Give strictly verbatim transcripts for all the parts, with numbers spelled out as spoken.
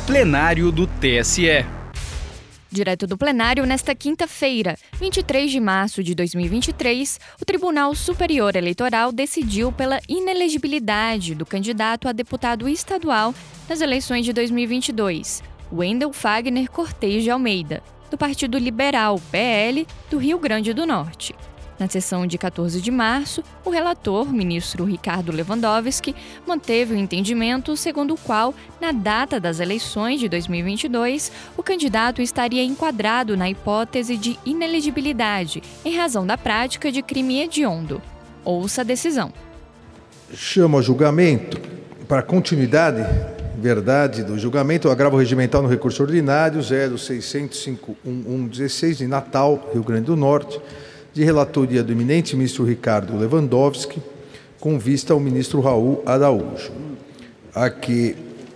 plenário do T S E. Direto do plenário, nesta quinta-feira, vinte e três de março de dois mil e vinte e três, o Tribunal Superior Eleitoral decidiu pela inelegibilidade do candidato a deputado estadual nas eleições de dois mil e vinte e dois, Wendel Fagner Cortez de Almeida, do Partido Liberal, P L, do Rio Grande do Norte. Na sessão de quatorze de março, o relator, ministro Ricardo Lewandowski, manteve o entendimento segundo o qual, na data das eleições de dois mil e vinte e dois, o candidato estaria enquadrado na hipótese de inelegibilidade, em razão da prática de crime hediondo. Ouça a decisão. Chamo a julgamento para continuidade, verdade do julgamento, o agravo regimental no recurso ordinário zero seiscentos cinco um um dezesseis de Natal, Rio Grande do Norte, de relatoria do eminente ministro Ricardo Lewandowski, com vista ao ministro Raul Araújo. Aqui,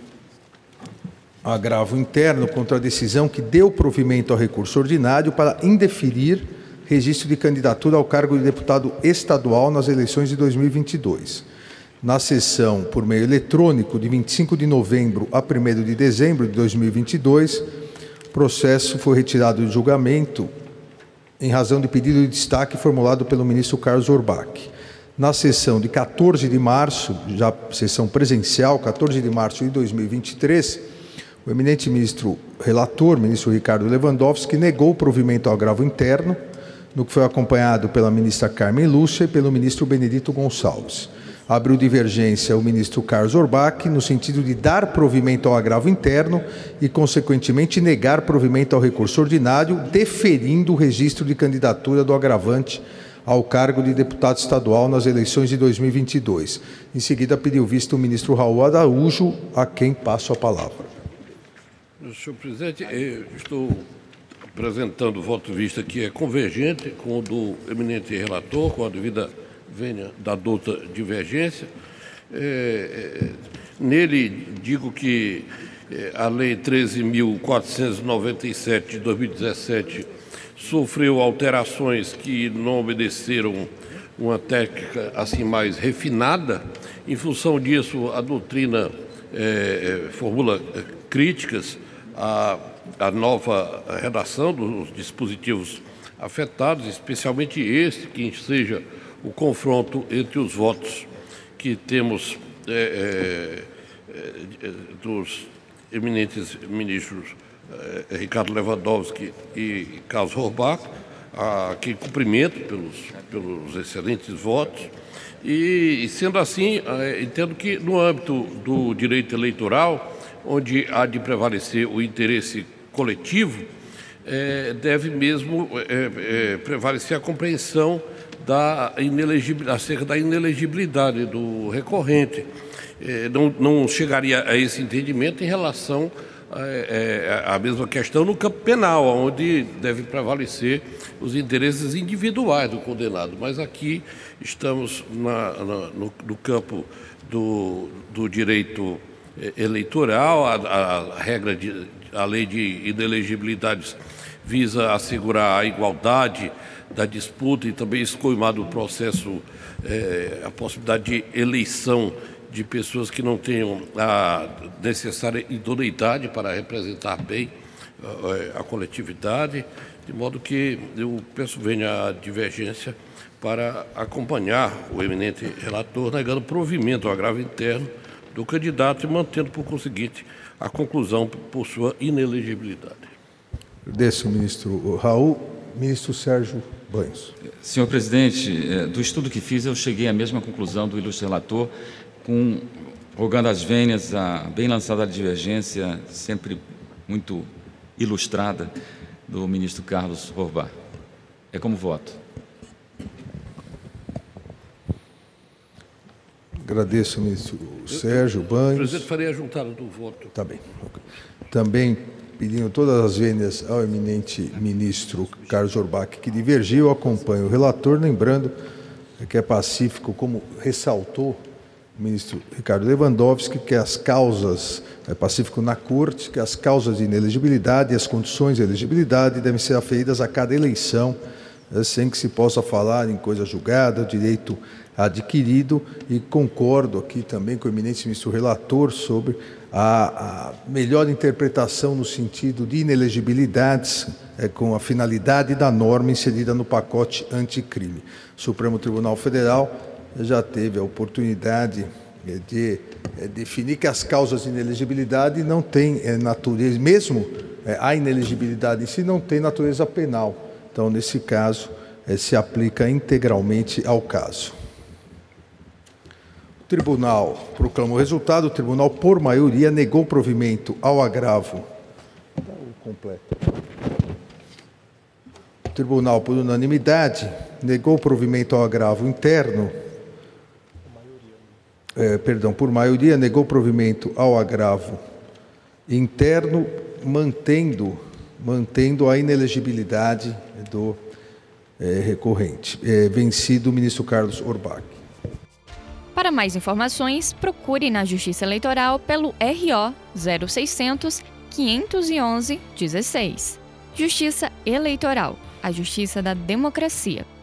agravo interno contra a decisão que deu provimento ao recurso ordinário para indeferir registro de candidatura ao cargo de deputado estadual nas eleições de dois mil e vinte e dois. Na sessão por meio eletrônico de vinte e cinco de novembro a primeiro de dezembro de dois mil e vinte e dois, o processo foi retirado de julgamento em razão de pedido de destaque formulado pelo ministro Carlos Orbach. Na sessão de quatorze de março, já sessão presencial, quatorze de março de dois mil e vinte e três, o eminente ministro relator, ministro Ricardo Lewandowski, negou o provimento ao agravo interno, no que foi acompanhado pela ministra Carmen Lúcia e pelo ministro Benedito Gonçalves. Abriu divergência o ministro Carlos Orbach no sentido de dar provimento ao agravo interno e, consequentemente, negar provimento ao recurso ordinário, deferindo o registro de candidatura do agravante ao cargo de deputado estadual nas eleições de dois mil e vinte e dois. Em seguida, pediu vista o ministro Raul Araújo, a quem passo a palavra. Senhor presidente, eu estou apresentando o voto de vista que é convergente com o do eminente relator, com a devida venha da douta divergência. É, é, nele, digo que é, a Lei treze mil quatrocentos e noventa e sete de dois mil e dezessete sofreu alterações que não obedeceram uma técnica assim mais refinada. Em função disso, a doutrina é, é, formula críticas à, à nova redação dos dispositivos afetados, especialmente este, que seja o confronto entre os votos que temos é, é, dos eminentes ministros é, Ricardo Lewandowski e Carlos Orbach, a que cumprimento pelos, pelos excelentes votos. E, sendo assim, é, entendo que no âmbito do direito eleitoral, onde há de prevalecer o interesse coletivo, é, deve mesmo é, é, prevalecer a compreensão da inelegibilidade, acerca da inelegibilidade do recorrente. É, não, não chegaria a esse entendimento em relação é, à mesma questão no campo penal, onde deve prevalecer os interesses individuais do condenado. Mas aqui estamos na, na, no, no campo do, do direito eleitoral, a, a regra de, a lei de inelegibilidades visa assegurar a igualdade da disputa e também escoimar do processo é, a possibilidade de eleição de pessoas que não tenham a necessária idoneidade para representar bem a, a coletividade, de modo que eu peço venha a divergência para acompanhar o eminente relator, negando provimento ao agravo interno do candidato e mantendo, por conseguinte, a conclusão por sua inelegibilidade. Agradeço, ministro Raul. Ministro Sérgio Banhos. Senhor presidente, do estudo que fiz, eu cheguei à mesma conclusão do ilustre relator, com, rogando as vênias a bem lançada a divergência, sempre muito ilustrada, do ministro Carlos Orbach. É como voto. Agradeço, ministro Sérgio Banhos. O presidente faria a juntada do voto. Tá bem. Também pedindo todas as vênias ao eminente ministro Carlos Orbach, que divergiu, acompanho o relator, lembrando que é pacífico, como ressaltou o ministro Ricardo Lewandowski, que as causas, é pacífico na corte, que as causas de inelegibilidade e as condições de elegibilidade devem ser aferidas a cada eleição sem que se possa falar em coisa julgada, direito adquirido, e concordo aqui também com o eminente ministro relator sobre a, a melhor interpretação no sentido de inelegibilidades é, com a finalidade da norma inserida no pacote anticrime. O Supremo Tribunal Federal já teve a oportunidade de é, definir que as causas de inelegibilidade não têm é, natureza, mesmo é, a inelegibilidade em si não tem natureza penal. Então, nesse caso, é, se aplica integralmente ao caso. O tribunal proclamou o resultado. O tribunal, por maioria, negou provimento ao agravo. O tribunal, por unanimidade, negou provimento ao agravo interno. É, perdão, por maioria, negou provimento ao agravo interno, mantendo, mantendo a inelegibilidade do é, recorrente. É, vencido o ministro Carlos Orbach. Para mais informações, procure na Justiça Eleitoral pelo R O zero seiscentos, quinhentos e onze, dezesseis. Justiça Eleitoral, a justiça da democracia.